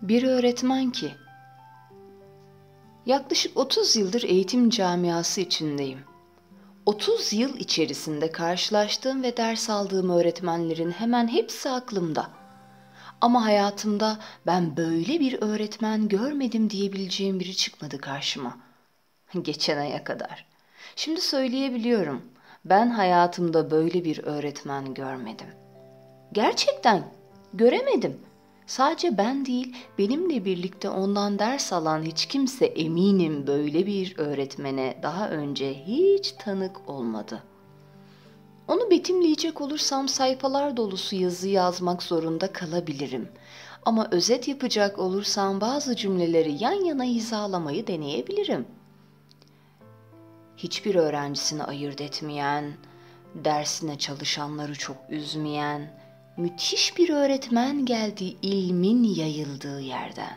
Bir öğretmen ki, yaklaşık 30 yıldır eğitim camiası içindeyim. 30 yıl içerisinde karşılaştığım ve ders aldığım öğretmenlerin hemen hepsi aklımda. Ama hayatımda ben böyle bir öğretmen görmedim diyebileceğim biri çıkmadı karşıma. Geçen aya kadar. Şimdi söyleyebiliyorum. Ben hayatımda böyle bir öğretmen görmedim. Gerçekten göremedim. Sadece ben değil, benimle birlikte ondan ders alan hiç kimse eminim böyle bir öğretmene daha önce hiç tanık olmadı. Onu betimleyecek olursam sayfalar dolusu yazı yazmak zorunda kalabilirim. Ama özet yapacak olursam bazı cümleleri yan yana hizalamayı deneyebilirim. Hiçbir öğrencisini ayırt etmeyen, dersine çalışanları çok üzmeyen, müthiş bir öğretmen geldi ilmin yayıldığı yerden.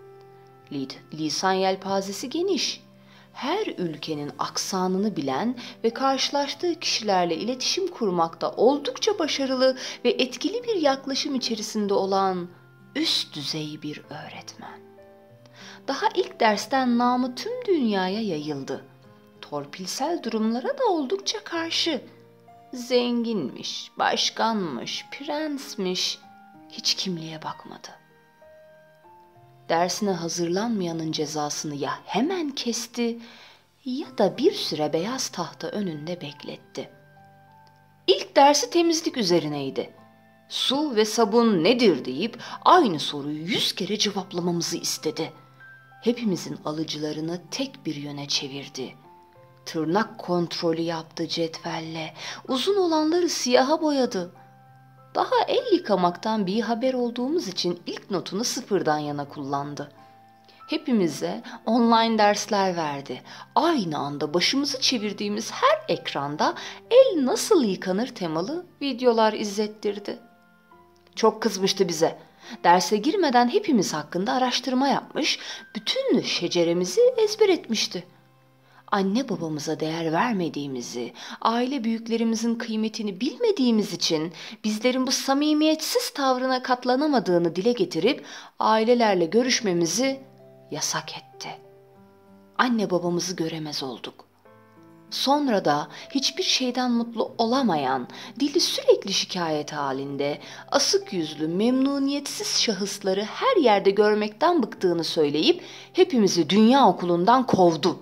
Lisan yelpazesi geniş. Her ülkenin aksanını bilen ve karşılaştığı kişilerle iletişim kurmakta oldukça başarılı ve etkili bir yaklaşım içerisinde olan üst düzey bir öğretmen. Daha ilk dersten namı tüm dünyaya yayıldı. Torpilsel durumlara da oldukça karşı. Zenginmiş, başkanmış, prensmiş, hiç kimliğe bakmadı. Dersine hazırlanmayanın cezasını ya hemen kesti ya da bir süre beyaz tahta önünde bekletti. İlk dersi temizlik üzerineydi. Su ve sabun nedir deyip aynı soruyu 100 kere cevaplamamızı istedi. Hepimizin alıcılarını tek bir yöne çevirdi. Tırnak kontrolü yaptı cetvelle, uzun olanları siyaha boyadı. Daha el yıkamaktan bir haber olduğumuz için ilk notunu sıfırdan yana kullandı. Hepimize online dersler verdi. Aynı anda başımızı çevirdiğimiz her ekranda el nasıl yıkanır temalı videolar izlettirdi. Çok kızmıştı bize. Derse girmeden hepimiz hakkında araştırma yapmış, bütün şeceremizi ezber etmişti. Anne babamıza değer vermediğimizi, aile büyüklerimizin kıymetini bilmediğimiz için bizlerin bu samimiyetsiz tavrına katlanamadığını dile getirip ailelerle görüşmemizi yasak etti. Anne babamızı göremez olduk. Sonra da hiçbir şeyden mutlu olamayan, dili sürekli şikayet halinde, asık yüzlü, memnuniyetsiz şahısları her yerde görmekten bıktığını söyleyip hepimizi dünya okulundan kovdu.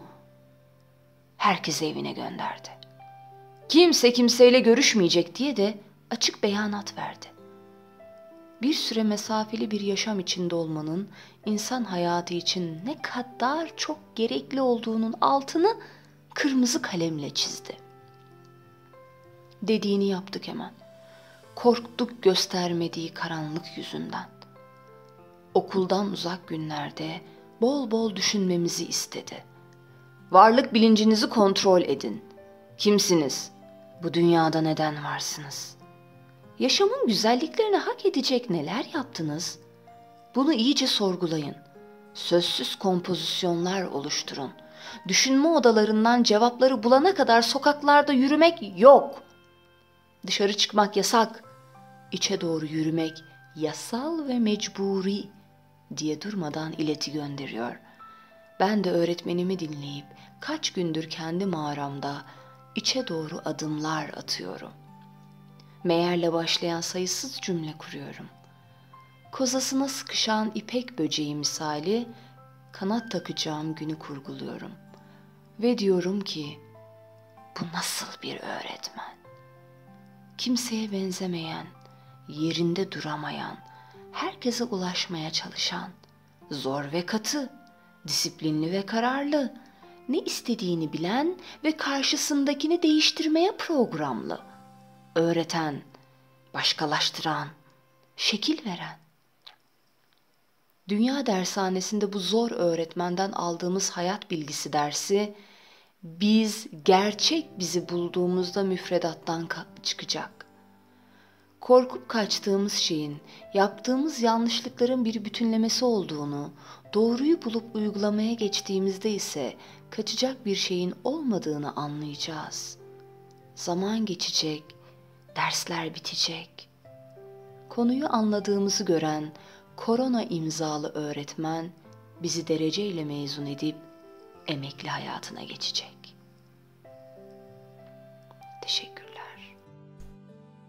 Herkesi evine gönderdi. Kimse kimseyle görüşmeyecek diye de açık beyanat verdi. Bir süre mesafeli bir yaşam içinde olmanın insan hayatı için ne kadar çok gerekli olduğunun altını kırmızı kalemle çizdi. Dediğini yaptık hemen. Korktuk göstermediği karanlık yüzünden. Okuldan uzak günlerde bol bol düşünmemizi istedi. Varlık bilincinizi kontrol edin. Kimsiniz? Bu dünyada neden varsınız? Yaşamın güzelliklerini hak edecek neler yaptınız? Bunu iyice sorgulayın. Sözsüz kompozisyonlar oluşturun. Düşünme odalarından cevapları bulana kadar sokaklarda yürümek yok. Dışarı çıkmak yasak. İçe doğru yürümek yasal ve mecburi diye durmadan ileti gönderiyor. Ben de öğretmenimi dinleyip kaç gündür kendi mağaramda içe doğru adımlar atıyorum. Meğerle başlayan sayısız cümle kuruyorum. Kozasına sıkışan ipek böceği misali kanat takacağım günü kurguluyorum. Ve diyorum ki bu nasıl bir öğretmen? Kimseye benzemeyen, yerinde duramayan, herkese ulaşmaya çalışan, zor ve katı, disiplinli ve kararlı, ne istediğini bilen ve karşısındakini değiştirmeye programlı, öğreten, başkalaştıran, şekil veren. Dünya dershanesinde bu zor öğretmenden aldığımız hayat bilgisi dersi, biz gerçek bizi bulduğumuzda müfredattan çıkacak. Korkup kaçtığımız şeyin, yaptığımız yanlışlıkların bir bütünlemesi olduğunu, doğruyu bulup uygulamaya geçtiğimizde ise kaçacak bir şeyin olmadığını anlayacağız. Zaman geçecek, dersler bitecek. Konuyu anladığımızı gören, korona imzalı öğretmen bizi dereceyle mezun edip emekli hayatına geçecek. Teşekkürler.